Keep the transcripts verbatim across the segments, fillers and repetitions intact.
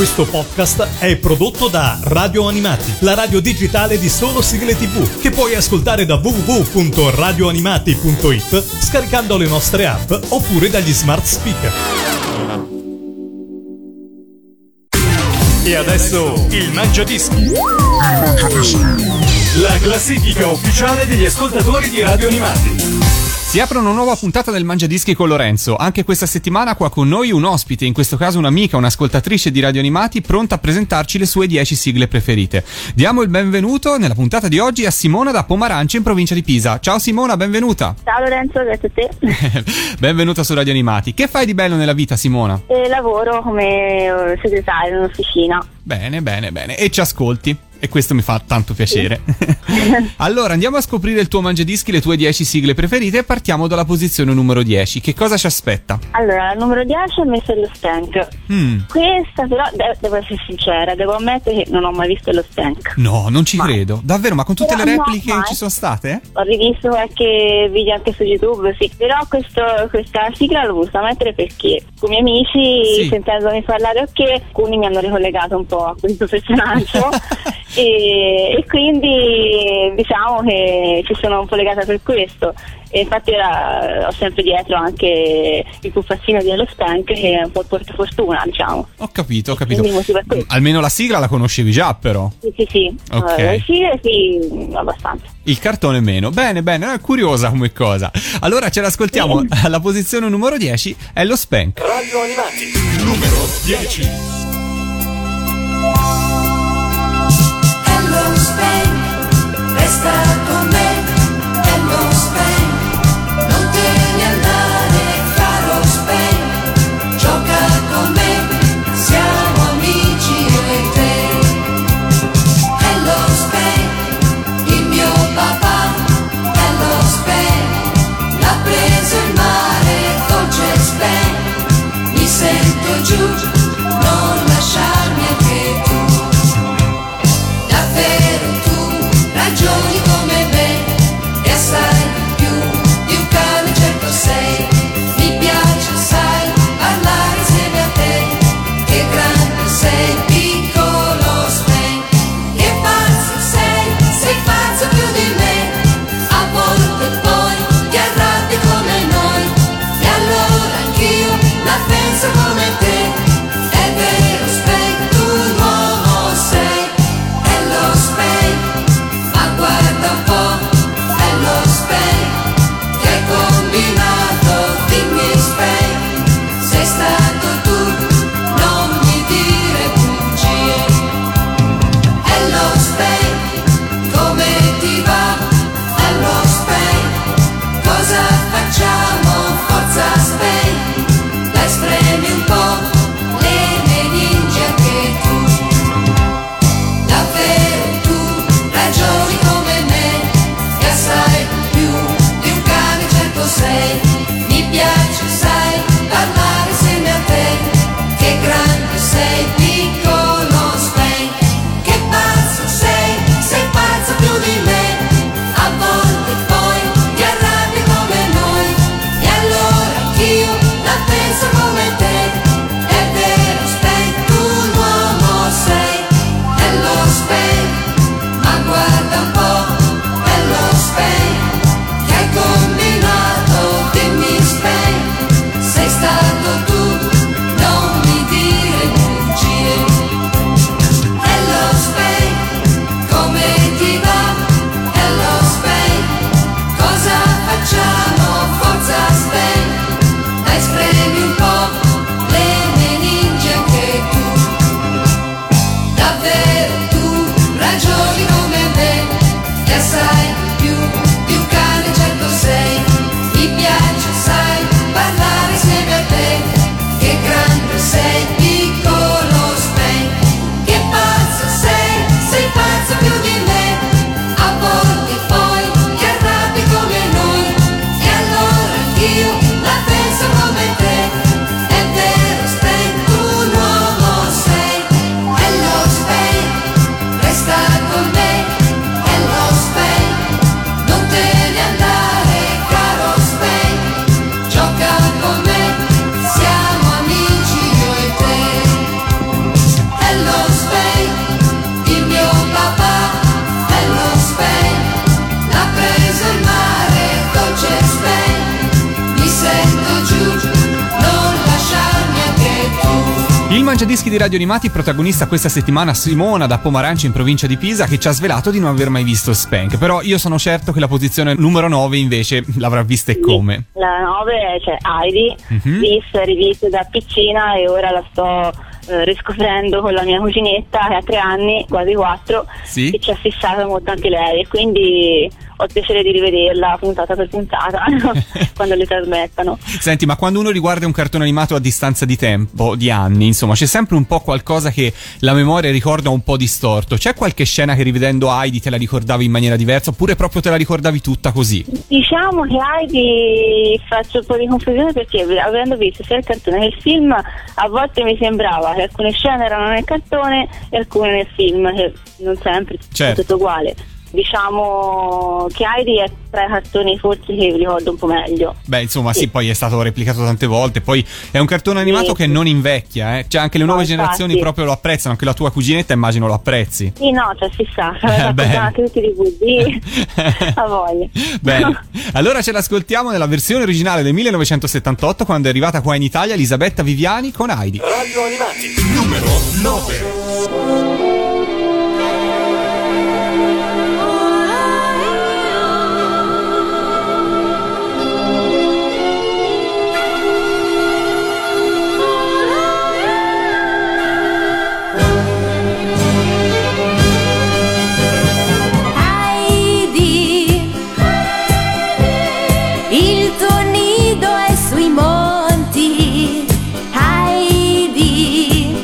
Questo podcast è prodotto da Radio Animati, la radio digitale di solo sigle tivù, che puoi ascoltare da w w w punto radio animati punto i t scaricando le nostre app oppure dagli smart speaker. E adesso il Mangiadischi. La classifica ufficiale degli ascoltatori di Radio Animati. Si apre una nuova puntata del Mangiadischi con Lorenzo. Anche questa settimana qua con noi un ospite, in questo caso un'amica, un'ascoltatrice di Radio Animati, pronta a presentarci le sue dieci sigle preferite. Diamo il benvenuto nella puntata di oggi a Simona da Pomarancio in provincia di Pisa. Ciao Simona, benvenuta. Ciao Lorenzo, grazie a te. Benvenuta su Radio Animati. Che fai di bello nella vita, Simona? Eh, lavoro come segretario in un'officina. Bene, bene, bene. E ci ascolti? E questo mi fa tanto piacere. Sì. Allora andiamo a scoprire il tuo Mangiadischi, le tue dieci sigle preferite, e partiamo dalla posizione numero dieci. Che cosa ci aspetta? Allora, al numero dieci ho messo lo Stank. Mm. Questa però, de- devo essere sincera, devo ammettere che non ho mai visto lo Stank. No, non ci mai. credo. Davvero, ma con tutte però le repliche no, ci sono state? Ho rivisto qualche video anche su YouTube, sì. Però questo, questa sigla l'ho voluta mettere perché con i miei amici, sì, sentendomi parlare ok, alcuni mi hanno ricollegato un po' a questo personaggio. E, e quindi diciamo che ci sono un po' legata per questo, e infatti ora ho sempre dietro anche il pupazzino dello Stank, che è un po' portafortuna, diciamo. Ho capito, ho capito. Almeno la sigla la conoscevi già, però. Sì, sì, sì. Ok. Uh, le sigle sì, abbastanza. Il cartone meno. Bene, bene, è curiosa come cosa. Allora ce l'ascoltiamo. Sì. Alla posizione numero dieci è lo Spank. Radio Animati numero dieci. Hello Spank, resta con me. Hello Spank, non te ne andare, caro Spank. Gioca con me, siamo amici io e te. Hello Spank, il mio papà. Hello Spank, l'ha preso il mare, dolce Spank. Mi sento giù, non lasciarmi anche tu. Davvero tu ragioni come me. Mangiadischi di Radio Animati, protagonista questa settimana Simona da Pomarancio in provincia di Pisa, che ci ha svelato di non aver mai visto Spank. Però io sono certo che la posizione numero nove invece l'avrà vista e come. La nove c'è Heidi, Mhm. vista e rivista da piccina e ora la sto eh, riscoprendo con la mia cuginetta che ha tre anni, quasi quattro, Sì. che ci ha fissato molto anche lei e quindi ho il piacere di rivederla puntata per puntata quando le trasmettano. Senti, ma quando uno riguarda un cartone animato a distanza di tempo, di anni, insomma, c'è sempre un po' qualcosa che la memoria ricorda un po' distorto. C'è qualche scena che rivedendo Heidi te la ricordavi in maniera diversa, oppure proprio te la ricordavi tutta così? Diciamo che Heidi faccio un po' di confusione perché avendo visto sia il cartone che il film a volte mi sembrava che alcune scene erano nel cartone e alcune nel film, che non sempre Certo. è tutto uguale. Diciamo che Heidi è tra i cartoni forse che ricordo un po' meglio. Beh, insomma, sì, Sì. poi è stato replicato tante volte. Poi è un cartone animato Sì. che non invecchia, eh. Cioè, anche le No, nuove infatti. generazioni proprio lo apprezzano. Anche la tua cuginetta, immagino, lo apprezzi. Sì, no, c'è fissata, Eh, eh, beh. anche tutti i D V D, a voglia. Bene, allora ce l'ascoltiamo nella versione originale del millenovecentosettantotto, quando è arrivata qua in Italia Elisabetta Viviani con Heidi. Radio Animati, numero nove. Heidi, il tuo nido è sui monti. Heidi,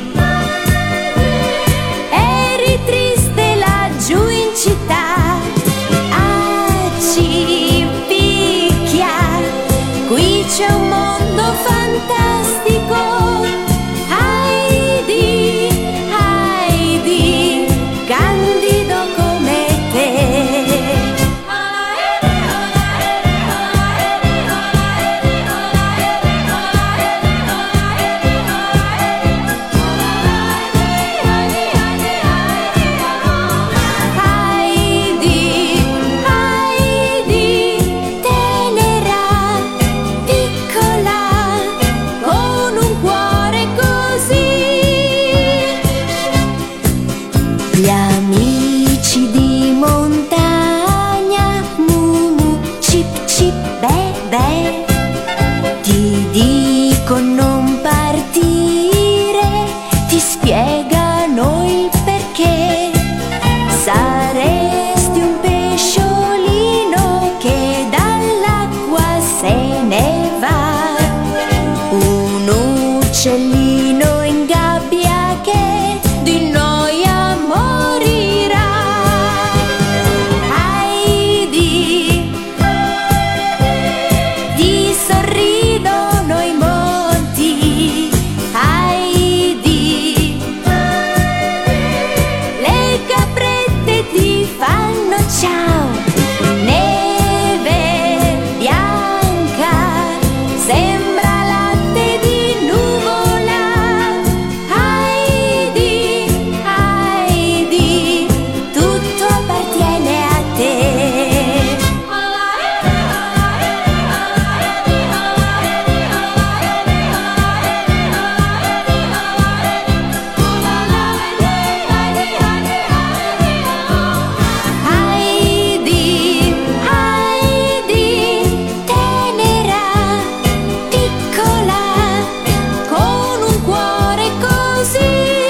eri triste laggiù in città. Ah, ci picchia, qui c'è un mondo fantastico. Heidi, Heidi, candido come te. Heidi, Heidi, tenera, piccola, con un cuore così. Gli amici di montagna, mu mu, cip cip, beh beh, ti dicono non partire, ti spiegano il perché. Saresti un pesciolino che dall'acqua se ne va, un uccellino in gabbia che di noia morirà. Heidi, ti sorridono i monti. Heidi, le caprette ti fanno ciao. Neve bianca, sembra latte di nuvola. Heidi, Heidi, tutto appartiene a te. Heidi, Heidi, tenera, piccola, con un cuore così.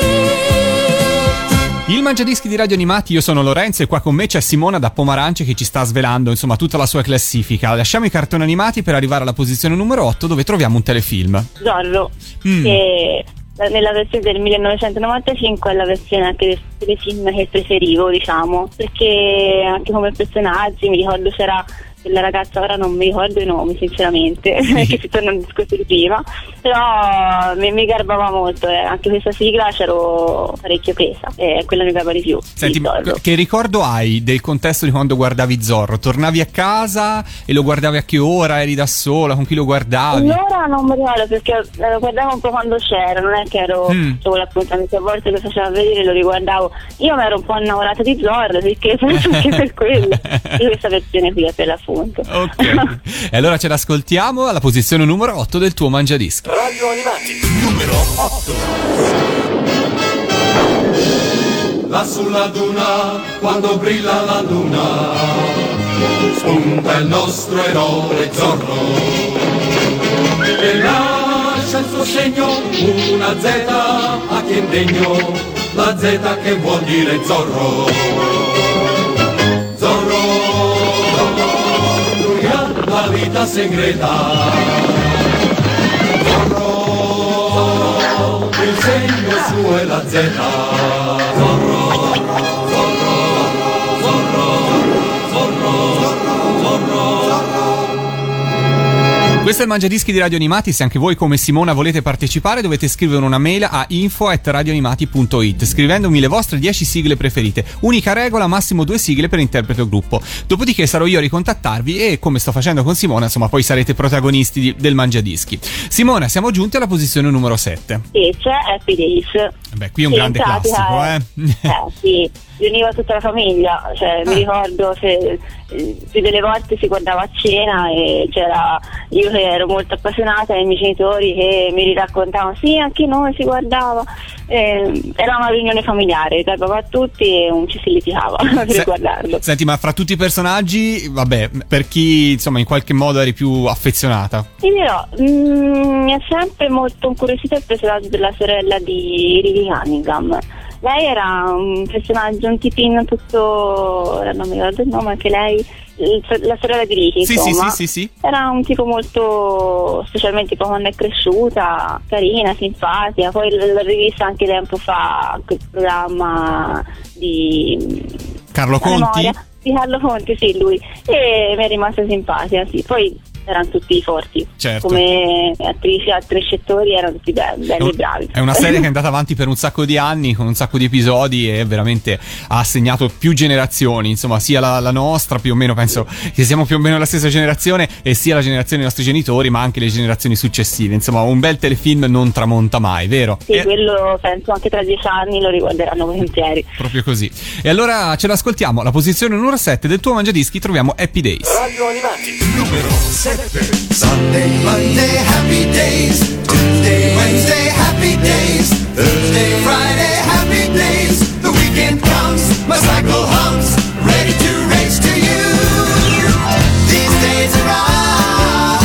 Il Mangiadischi di Radio Animati, io sono Lorenzo e qua con me c'è Simona da Pomarancio che ci sta svelando, insomma, tutta la sua classifica. Lasciamo i cartoni animati per arrivare alla posizione numero otto, dove troviamo un telefilm. Zorro, Mm. che nella versione del millenovecentonovantacinque è la versione anche del telefilm che preferivo, diciamo, perché anche come personaggi mi ricordo c'era quella ragazza, ora non mi ricordo i nomi sinceramente, che si torna al discorso di prima, però mi, mi garbava molto, eh. Anche questa sigla c'ero parecchio presa e quella mi garbava di più. Senti, di Zorro. che ricordo hai del contesto di quando guardavi Zorro? Tornavi a casa e lo guardavi a che ora? Eri da sola? Con chi lo guardavi? Allora non mi ricordo perché lo guardavo un po' quando c'era, non è che ero Mm. solo l'appuntamento, a volte lo faceva vedere e lo riguardavo. Io mi ero un po' innamorata di Zorro perché anche per quello. Io questa versione qui è per la appunto. Ok. E allora ce l'ascoltiamo alla posizione numero otto del tuo Mangiadischi. Radio Animati, numero otto. Là sulla duna, quando brilla la luna, spunta il nostro eroe Zorro e lascia il suo segno, una Z a chi è indegno, la Z che vuol dire Zorro. Zorro, lui ha la vita segreta. Zorro, il segno suo è la Z. Zorro. Questo è il Mangiadischi di Radio Animati. Se anche voi come Simona volete partecipare, dovete scrivere una mail a info at radioanimati punto it scrivendomi le vostre dieci sigle preferite. Unica regola, massimo due sigle per interprete o gruppo. Dopodiché sarò io a ricontattarvi e, come sto facendo con Simona, insomma, poi sarete protagonisti di, del Mangiadischi. Simona, siamo giunti alla posizione numero sette. Sì, c'è Happy Days. Beh, qui è un Sì, grande in pratica classico, è- eh. Eh sì, riuniva tutta la famiglia, cioè mi ricordo se eh, più delle volte si guardava a cena e c'era io che ero molto appassionata e i miei genitori che mi raccontavano sì, anche noi si guardava. Eh, era una riunione familiare, dai papà a tutti e non ci si litigava per Se- guardarlo. Senti, ma fra tutti i personaggi, vabbè, per chi insomma in qualche modo eri più affezionata? Ti dirò, mm, mi ha sempre molto incuriosito il personaggio della sorella di Riri Cunningham. Lei era un personaggio, un tipino tutto, ora non mi ricordo il nome, anche lei, il- la sorella di Ricky, Sì, sì, insomma. sì, sì, sì. Era un tipo molto, specialmente poi quando è cresciuta, carina, simpatica. Poi l- l'ho rivista anche tempo fa, quel programma di Carlo la Conti? memoria di Carlo Conti, sì, lui. E mi è rimasta simpatica, sì. Poi erano tutti forti, Certo. come attrici, altri scettori erano tutti belli, È belli un- e bravi. È una serie che è andata avanti per un sacco di anni, con un sacco di episodi, e veramente ha segnato più generazioni, insomma, sia la, la nostra, più o meno, penso che siamo più o meno la stessa generazione, e sia la generazione dei nostri genitori, ma anche le generazioni successive. Insomma, un bel telefilm non tramonta mai, vero? Sì, E- quello penso anche tra dieci anni lo riguarderanno volentieri. proprio così. E allora ce l'ascoltiamo, alla posizione numero sette del tuo Mangiadischi troviamo Happy Days. Radio Animati, numero sette. Sunday, Monday, happy days. Tuesday, Wednesday, happy days. Thursday, Friday, happy days. The weekend comes, my cycle hums, ready to race to you. These days are all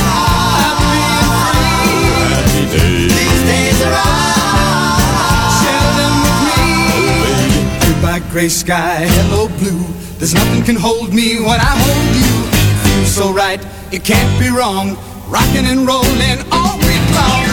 happy and free. These days are all share them with me. Goodbye, gray sky, hello blue. There's nothing can hold me when I hold you. Feels so right, it can't be wrong. Rocking and rolling all week long.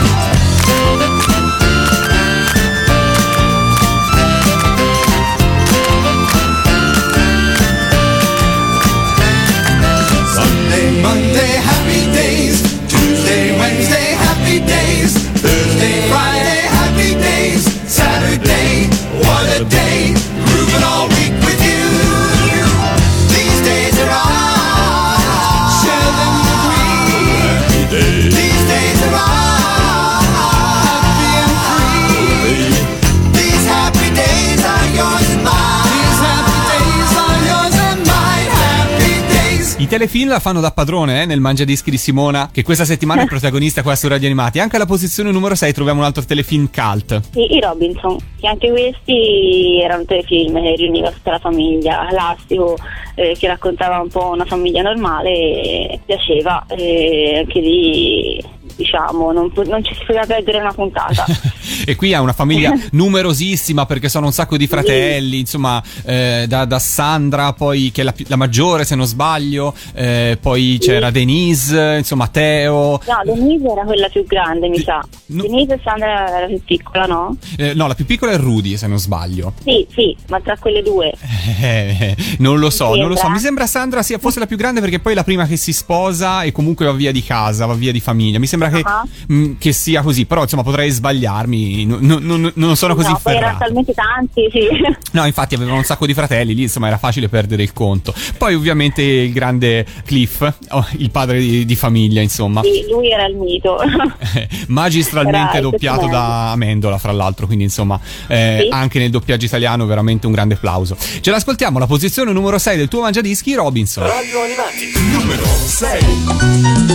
Sunday, Monday, happy days. Tuesday, Wednesday, happy days. Thursday, Friday, happy days. Saturday, what a day. Grooving all week with you. These days are all share them with me. These days are all happy and free. These happy days are yours and mine. These happy days are yours and mine. Happy days. I telefilm la fanno da padrone, eh, nel Mangiadischi di Simona, che questa settimana è protagonista qua su Radio Animati. Anche alla posizione numero sei troviamo un altro telefilm cult. Sì, i Robinson, che anche questi erano telefilm che riuniva tutta la famiglia, classico, eh, che raccontava un po' una famiglia normale e piaceva, e anche lì diciamo non, non ci si poteva perdere una puntata. E qui ha una famiglia numerosissima, perché sono un sacco di fratelli, insomma, eh, da, da Sandra, poi che è la, pi- la maggiore se non sbaglio, eh, poi c'era Denise, insomma Teo. No, Denise era quella più grande, mi sa. no. Denise e Sandra era più piccola, no? Eh, no, la più piccola è Rudy se non sbaglio. Sì, sì, ma tra quelle due. Eh, non lo so, Mi non lo so. sembra. Mi sembra Sandra sia fosse la più grande, perché poi è la prima che si sposa e comunque va via di casa, va via di famiglia. Mi sembra che, Ah. mh, che sia così, però insomma potrei sbagliarmi. risparmi non, non, non sono così no, poi erano ferrati. talmente tanti, sì. No, infatti avevano un sacco di fratelli, lì insomma era facile perdere il conto. Poi ovviamente il grande Cliff, oh, il padre di, di famiglia, insomma. Sì, lui era il mito. Magistralmente Era doppiato da Amendola, fra l'altro, quindi insomma eh, Sì. anche nel doppiaggio italiano veramente un grande applauso. Ce l'ascoltiamo, la posizione numero sei del tuo mangiadischi, Robinson. Radio Animati, numero sei.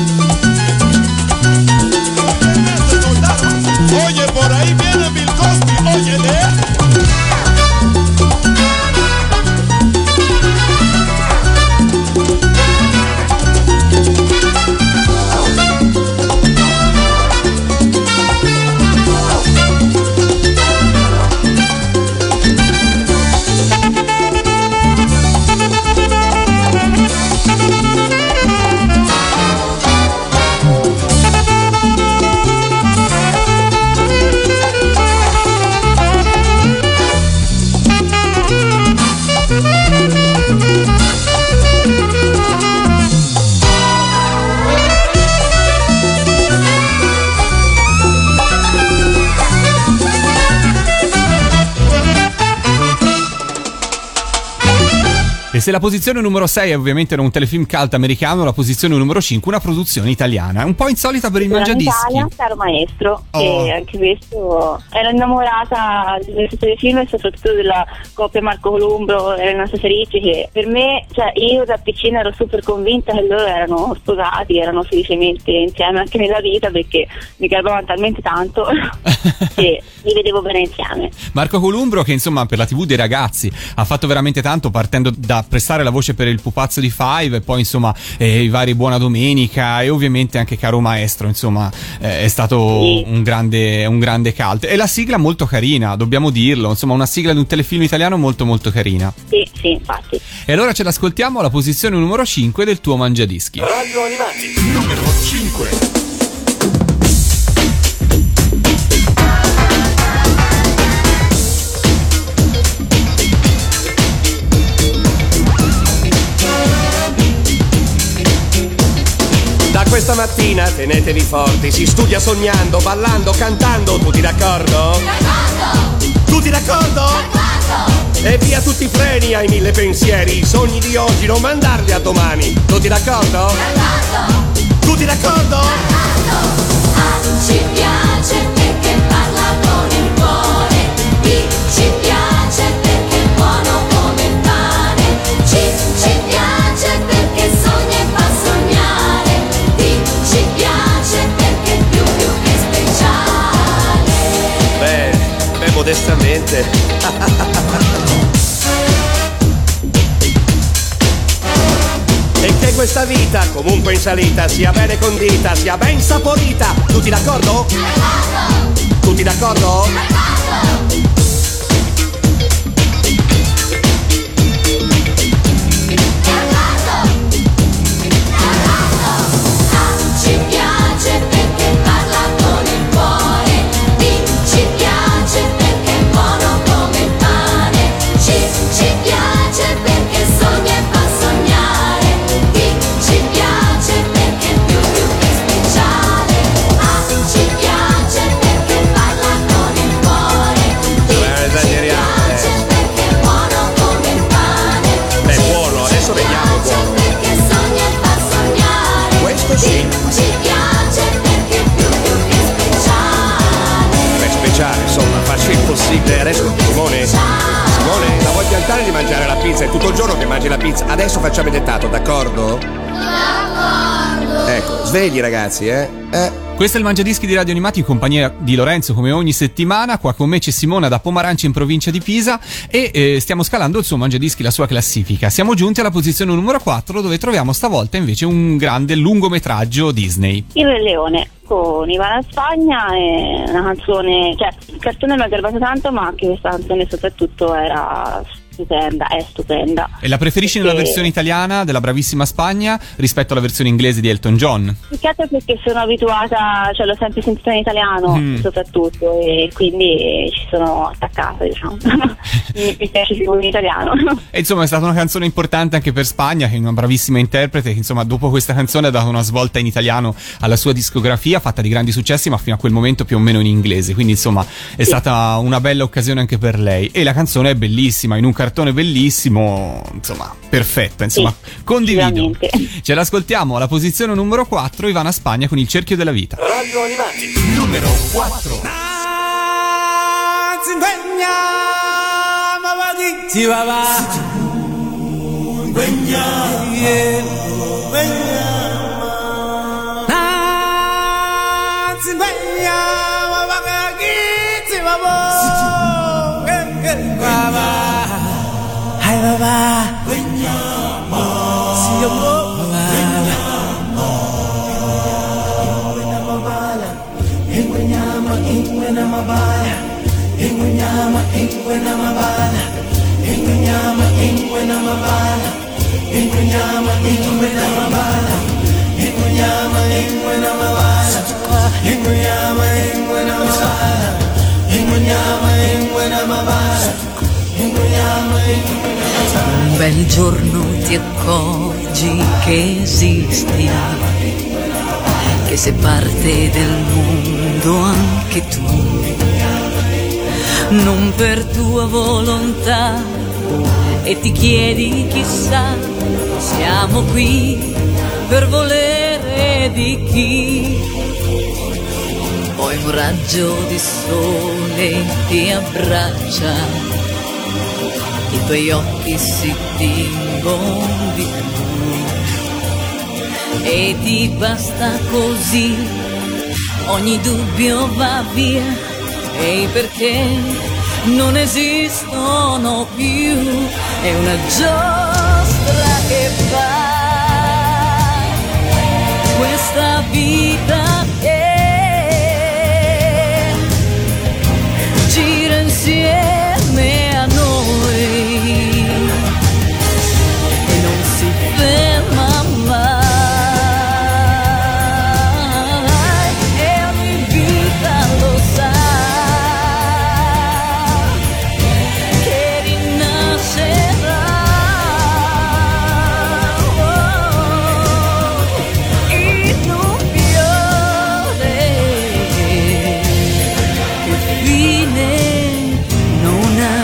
Oye, por ahí viene Bill Cosby, óyele. E se la posizione numero sei ovviamente era un telefilm cult americano, la posizione numero cinque una produzione italiana, un po' insolita per il Era in mangiadischi. Italia, Caro Maestro, Oh. e anche questo ero innamorata di questo telefilm e soprattutto della coppia Marco Columbro e Renata Fericci, che per me, cioè io da piccina ero super convinta che loro erano sposati, erano felicemente insieme anche nella vita, perché mi garbavano talmente tanto che li vedevo bene insieme. Marco Columbro, che insomma per la tivù dei ragazzi ha fatto veramente tanto, partendo da prestare la voce per il pupazzo di Five e poi insomma eh, i vari Buona Domenica e ovviamente anche Caro Maestro, insomma eh, è stato Sì. un grande un grande cult. E la sigla molto carina, dobbiamo dirlo, insomma una sigla di un telefilm italiano molto molto carina. Sì, sì, infatti. E allora ce l'ascoltiamo alla posizione numero cinque del tuo mangiadischi. Radio Animati, numero cinque. Da questa mattina tenetevi forti, si studia sognando, ballando, cantando, tutti d'accordo? D'accordo! Tutti d'accordo? D'accordo! E via tutti i freni ai mille pensieri, i sogni di oggi non mandarli a domani, tutti d'accordo? D'accordo! Tutti d'accordo? D'accordo! A ci piace perché parla con il cuore, B ci piace perché è buono come il pane, C ci piace perché sogna e fa sognare, D ci piace perché è più più che speciale. Beh, beh, modestamente. E che questa vita, comunque in salita, sia bene condita, sia ben saporita. Tutti d'accordo? D'accordo! Tutti d'accordo? D'accordo! Ci piace perché parla con il cuore, B ci piace perché è buono come il pane, C ci piace perché sogna e fa sognare, D ci piace perché è più più che speciale, A ci piace perché parla con il cuore, B Beh, ci esageriamo, piace eh. perché è buono come il pane, Beh, C buono, adesso ci vediamo piace buono. perché sogna e fa sognare, Questo sì. D ci piace perché è più più che speciale. Beh, speciale, insomma, faccio il possibile. Adesso, Simone, Simone, la vuoi piantare di mangiare la pizza? È tutto il giorno che mangi la pizza. Adesso facciamo il dettato, d'accordo? D'accordo. Ecco, svegli ragazzi, eh? Eh. Questo è il Mangiadischi di Radio Animati in compagnia di Lorenzo, come ogni settimana. Qua con me c'è Simona da Pomaranci in provincia di Pisa e eh, stiamo scalando il suo Mangiadischi, la sua classifica. Siamo giunti alla posizione numero quattro, dove troviamo stavolta invece un grande lungometraggio Disney. Il Re Leone con Ivana Spagna è una canzone, cioè il cartone mi ha garbato tanto, ma anche questa canzone soprattutto era stupenda, è stupenda. E la preferisci perché... nella versione italiana della Bravissima Spagna rispetto alla versione inglese di Elton John? Più che altro perché sono abituata, cioè l'ho sempre sentita in italiano mm. soprattutto, e quindi ci sono attaccata, diciamo. mi, mi piace più in italiano. E insomma è stata una canzone importante anche per Spagna, che è una bravissima interprete, che insomma dopo questa canzone ha dato una svolta in italiano alla sua discografia, fatta di grandi successi ma fino a quel momento più o meno in inglese, quindi insomma è sì. stata una bella occasione anche per lei. E la canzone è bellissima, in un cartone bellissimo, insomma perfetta, insomma sì, condivido. Ce l'ascoltiamo alla posizione numero quattro, Ivana Spagna con Il cerchio della vita. Radio Animati numero quattro. Un bel giorno ti accorgi che esisti, che sei parte del mondo anche tu, non per tua volontà, e ti chiedi chissà, siamo qui per volere di chi. Poi un raggio di sole ti abbraccia, i tuoi occhi si tingono di blu, e ti basta così, ogni dubbio va via, e perché non esistono più, è una giostra che fa questa vita che gira insieme a noi e non si ferma mai, e ogni vita lo sa che rinascerà. Oh, in un fiore che fine non ha.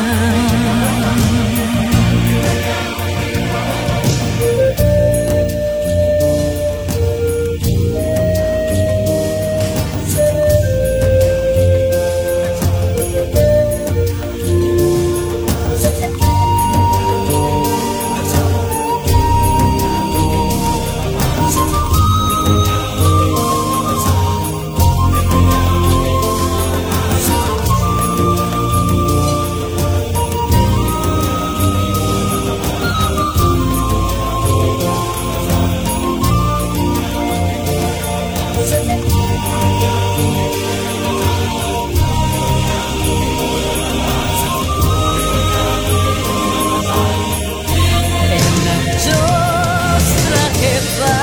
È una giostra che fa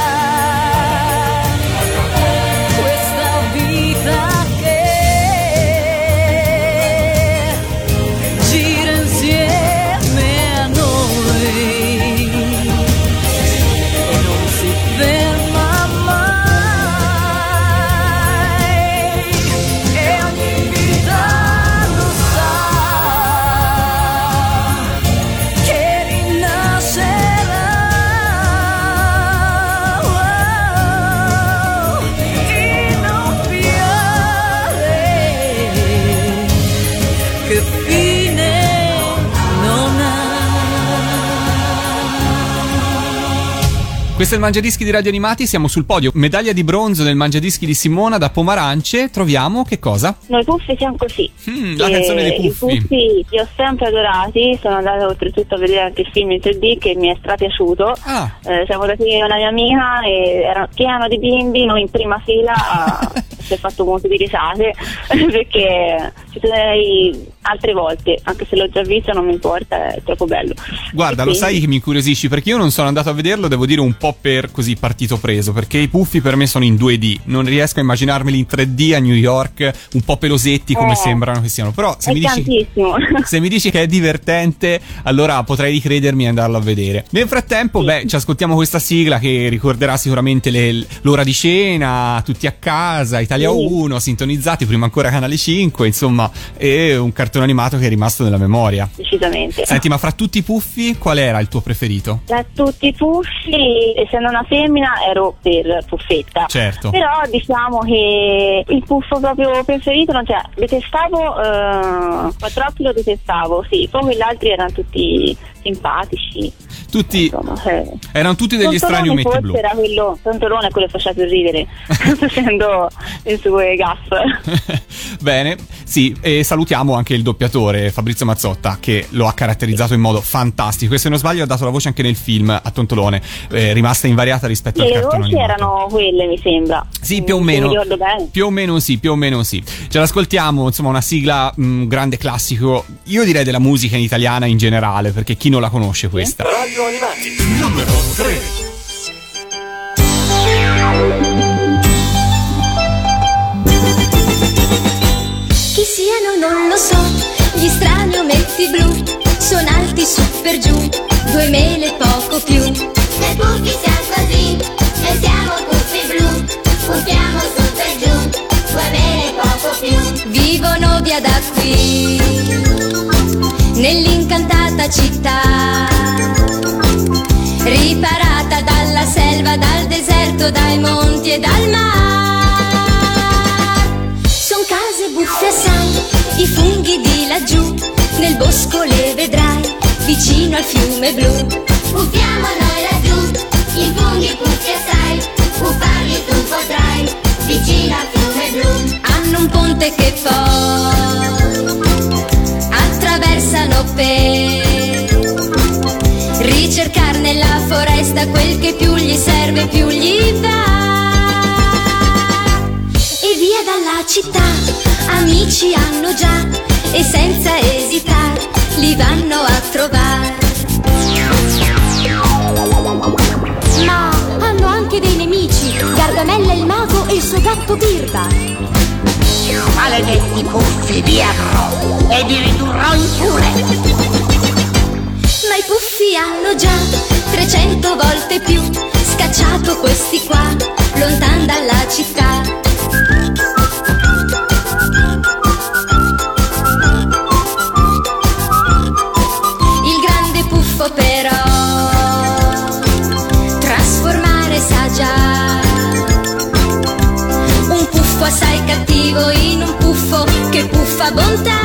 questa vita che gira insieme a noi e non si ferma mai, e ogni vita lo sa che rinascerà. Oh, in un fiore che fine non ha. Questo è il Mangiadischi di Radio Animati, siamo sul podio, medaglia di bronzo nel Mangiadischi di Simona da Pomarance. Troviamo che cosa? Noi Puffi siamo così. Mm, la canzone dei I Puffi. Puffi li ho sempre adorati, sono andata oltretutto a vedere anche il film in tre D che mi è strapiaciuto. Ah. Eh, siamo andati con una mia amica e era pieno di bimbi, noi in prima fila si è fatto molto di risate perché ci ci tornerei altre volte, anche se l'ho già visto non mi importa, è troppo bello. Guarda, E lo quindi- sai che mi incuriosisci, perché io non sono andato a vederlo, devo dire un po' per così partito preso, perché i Puffi per me sono in due D, non riesco a immaginarmeli in tre D a New York, un po' pelosetti come Eh, sembrano che siano, però se è mi dici tantissimo. se mi dici che è divertente, allora potrei ricredermi e andarlo a vedere. Nel frattempo, beh, ci ascoltiamo questa sigla che ricorderà sicuramente le- l'ora di cena, tutti a casa, Italia Sì. uno, sintonizzati, prima ancora Canale cinque, insomma, è un cartone animato che è rimasto nella memoria. Decisamente. Senti, ma fra tutti i Puffi, qual era il tuo preferito? Da tutti i Puffi, essendo una femmina, ero per Puffetta. Certo. Però diciamo che il puffo proprio preferito, non cioè, detestavo, eh, Quattrocchi lo detestavo, sì, poi gli altri erano tutti simpatici. Tutti Insomma, eh. erano tutti degli Tontolone strani ometti forse blu. era quello, Tontolone è quello che faceva più ridere, facendo le sue gaff. Bene, sì, e salutiamo anche il doppiatore Fabrizio Mazzotta, che lo ha caratterizzato in modo fantastico e se non sbaglio ha dato la voce anche nel film a Tontolone, eh, rimasta invariata rispetto al Le cartone voci animato. erano quelle, mi sembra. Sì, più o Se meno. Mi ricordo bene. Più o meno sì, più o meno sì. Ce l'ascoltiamo, insomma, una sigla, un grande classico, io direi della musica in italiana in generale, perché chi non la conosce questa? Radio Animati, numero tre. Chi siano non lo so, gli strani ometti blu, sono alti su per giù, due mele poco più. Noi puffi siamo così, noi siamo puffi blu, puffiamo su per giù, due mele poco più. Vivono via da qui, nell'incantata città, riparata dalla selva, dal deserto, dai monti e dal mar. Son case buffe assai, i funghi di laggiù, nel bosco le vedrai, vicino al fiume blu. Puffiamo noi laggiù, i funghi puffi assai, puffarli tu potrai, vicino al fiume blu. Hanno un ponte che poi attraversano per ricercare nella foresta quel che più gli serve, più gli va. E via dalla città, amici hanno già, e senza esitare li vanno a trovare. Ma hanno anche dei nemici, Gargamella il mago e il suo gatto Birba. Maledetti puffi, vi avrò e vi ridurrò in pure. Ma i puffi hanno già trecento volte più scacciato questi qua, lontan dalla città. Il grande puffo però trasformare sa già, un puffo assai cattivo in un puffo che puffa bontà.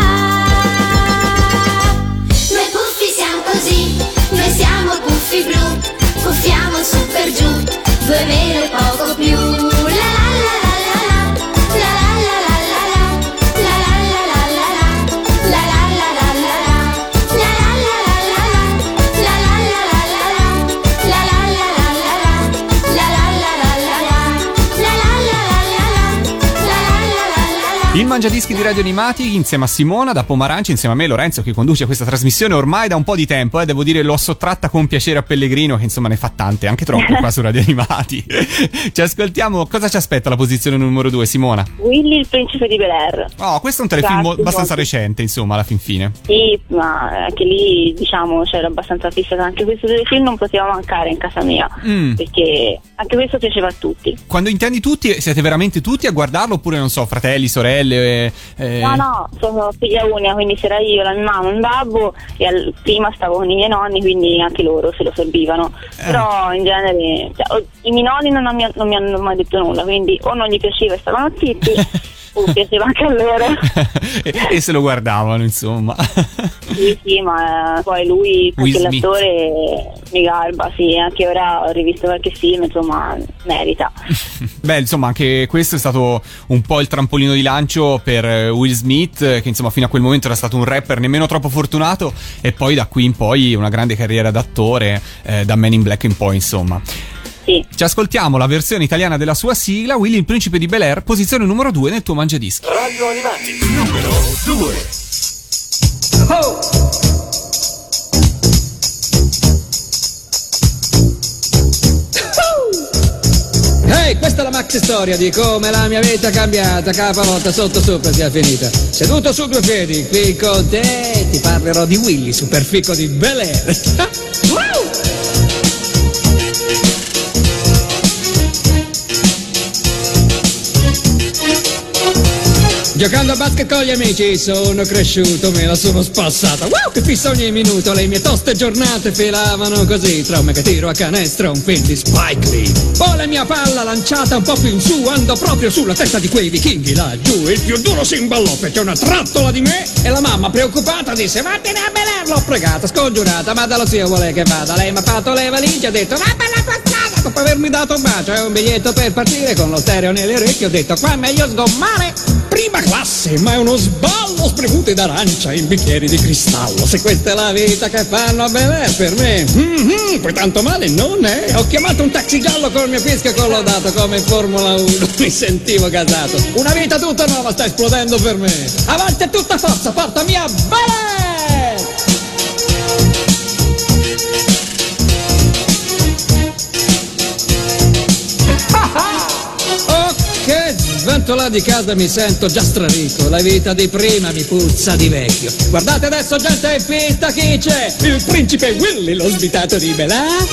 Noi puffi siamo così, noi siamo puffi blu, puffiamo su per giù, due mele poco più. La la la la la la, la la la la la, la la la la la la, la la la la la la, la la la la la la, la la la la la la, la la la la la la, la la la la la la, la la la la la la, la la la la. Il Mangiadischi di Radio Animati insieme a Simona da Pomaranci, insieme a me Lorenzo che conduce questa trasmissione ormai da un po' di tempo, eh, devo dire l'ho sottratta con piacere a Pellegrino che insomma ne fa tante, anche troppo qua su Radio Animati. Ci ascoltiamo, cosa ci aspetta la posizione numero due, Simona? Willy il principe di Bel-Air. Oh, questo è un telefilm Grazie, abbastanza molto. recente insomma alla fin fine. Sì, ma anche lì diciamo c'era abbastanza fissata. Anche questo telefilm non poteva mancare in casa mia, Mm. perché anche questo piaceva a tutti. Quando intendi tutti, siete veramente tutti a guardarlo oppure non so, fratelli, sorelle? Eh... No, no, sono figlia unica, quindi c'era io, la mia mamma, un babbo e al- prima stavo con i miei nonni, quindi anche loro se lo sorbivano. Eh. Però in genere, cioè, o- i miei nonni non, mi- non mi hanno mai detto nulla, quindi o non gli piaceva e stavano zitti, o piaceva anche a loro. e, e se lo guardavano insomma. Sì, sì, ma eh, poi lui, Will anche Smith. l'attore, mi garba, sì, anche ora ho rivisto qualche film, insomma, merita. Beh, insomma, anche questo è stato un po' il trampolino di lancio per eh, Will Smith, eh, che insomma fino a quel momento era stato un rapper nemmeno troppo fortunato, e poi da qui in poi una grande carriera d'attore, eh, da Men in Black in poi, insomma. Sì. Ci ascoltiamo la versione italiana della sua sigla, Willy il principe di Bel-Air, posizione numero due nel tuo mangiadischi. Radio Animati, numero due. Oh! Ehi, questa è la maxi storia di come la mia vita è cambiata, capovolta sotto sopra sia finita. Seduto su due piedi, qui con te ti parlerò di Willy, superfico di Bel-Air. Wow! Giocando a basket con gli amici sono cresciuto, me la sono spassata. Wow, che fissa ogni minuto, le mie toste giornate filavano così. Tra un mega tiro a canestro, un film di Spike Lee. Poi la mia palla lanciata un po' più in su, andò proprio sulla testa di quei vichinghi laggiù. Il più duro si imballò perché una trottola di me. E la mamma preoccupata disse: vattene a Bel-Air. L'ho pregata, scongiurata, ma dallo zio vuole che vada. Lei mi ha fatto le valigie, ha detto: va per la tua strada. Dopo avermi dato un bacio e un biglietto per partire, con lo stereo nelle orecchie ho detto: qua è meglio sgommare. Prima classe, ma è uno sballo, spremuti d'arancia in bicchieri di cristallo. Se questa è la vita che fanno a Bel-Air per me, mm-hmm, poi tanto male non è. Ho chiamato un taxi giallo col mio fischio e collautato come in Formula uno, mi sentivo gasato. Una vita tutta nuova sta esplodendo per me. Avanti a tutta forza, portami a Bel-Air! Che sventola di casa mi sento già strarico, la vita di prima mi puzza di vecchio. Guardate adesso gente in pista, chi c'è? Il principe Willy, lo svitato di Bel-Air.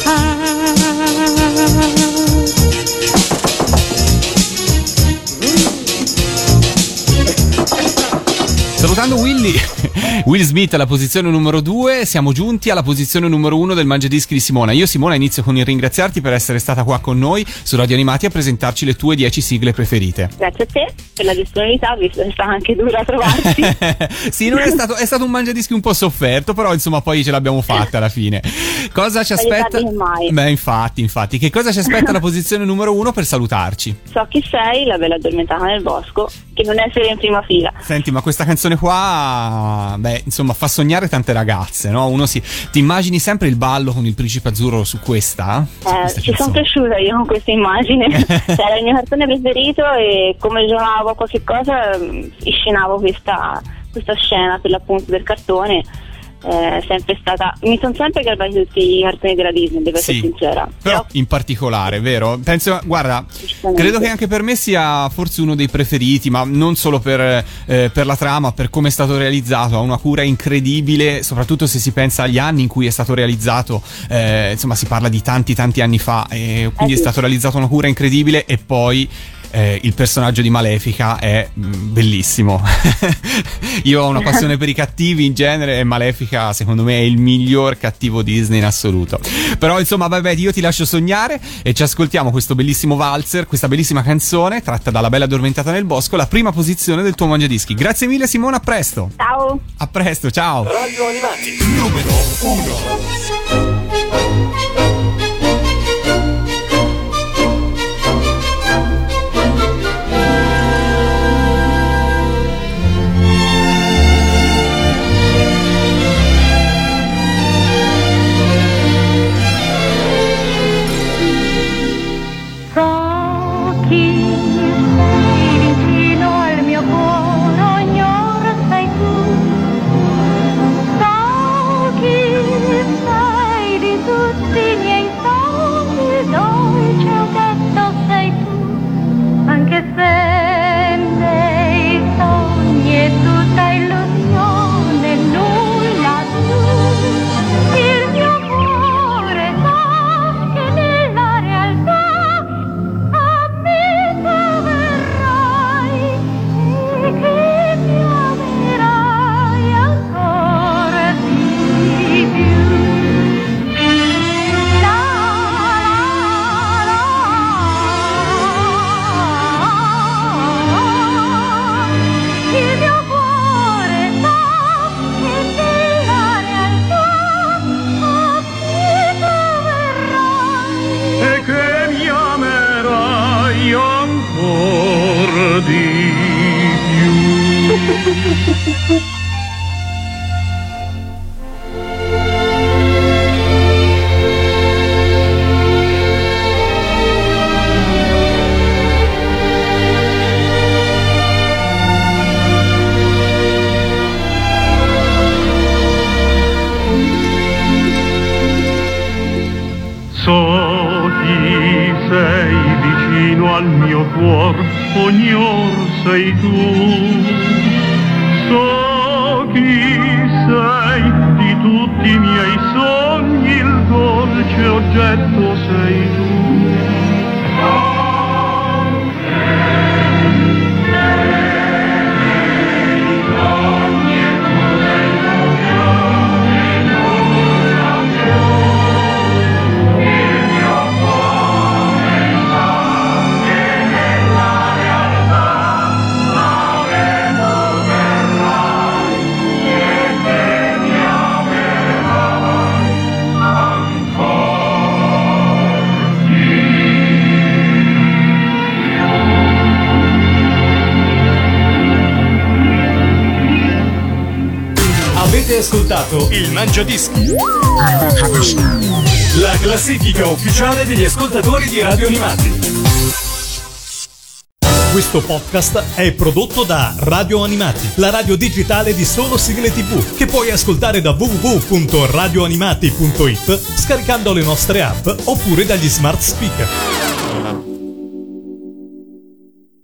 Salutando Willy, Will Smith alla posizione numero due, siamo giunti alla posizione numero uno del mangiadischi di Simona. Io Simona inizio con il ringraziarti per essere stata qua con noi su Radio Animati a presentarci le tue dieci sigle preferite. Grazie a te per la disponibilità, visto che è stata anche dura trovarti. Sì, non è stato, è stato un mangiadischi un po' sofferto, però insomma poi ce l'abbiamo fatta alla fine. Cosa ci aspetta? Mai. Beh, infatti, infatti, che cosa ci aspetta alla posizione numero uno per salutarci? So chi sei, la bella addormentata nel bosco, che non essere in prima fila. Senti, ma questa canzone qua, beh, insomma, fa sognare tante ragazze, no? Uno si, ti immagini sempre il ballo con il principe azzurro su questa? Eh, su questa ci sono cresciuta io con questa immagine. Era il mio cartone preferito e come giocavo a qualche cosa scenavo questa, questa scena per l'appunto del cartone. È sempre stata, mi sono sempre garbati tutti i cartoni della Disney, devo essere sì, sincera. Però in particolare, vero? Penso, guarda, credo che anche per me sia forse uno dei preferiti, ma non solo per, eh, per la trama, per come è stato realizzato. Ha una cura incredibile, soprattutto se si pensa agli anni in cui è stato realizzato. Eh, insomma, si parla di tanti tanti anni fa, e quindi eh sì. È stato realizzato una cura incredibile. E poi Eh, il personaggio di Malefica è mh, bellissimo. Io ho una passione per i cattivi in genere e Malefica secondo me è il miglior cattivo Disney in assoluto. Però insomma vabbè, io ti lascio sognare e ci ascoltiamo questo bellissimo valzer, questa bellissima canzone tratta dalla Bella addormentata nel bosco, la prima posizione del tuo mangiadischi. Grazie mille Simona, a presto. Ciao. A presto, ciao. Radio Animati numero uno. Sei cuor ognor sei tu. So chi sei di tutti i miei sogni, il dolce oggetto sei tu. Avete ascoltato il Mangiadischi, la classifica ufficiale degli ascoltatori di Radio Animati. Questo podcast è prodotto da Radio Animati, la radio digitale di solo sigle tivù, che puoi ascoltare da w w w punto radio animati punto it scaricando le nostre app oppure dagli smart speaker.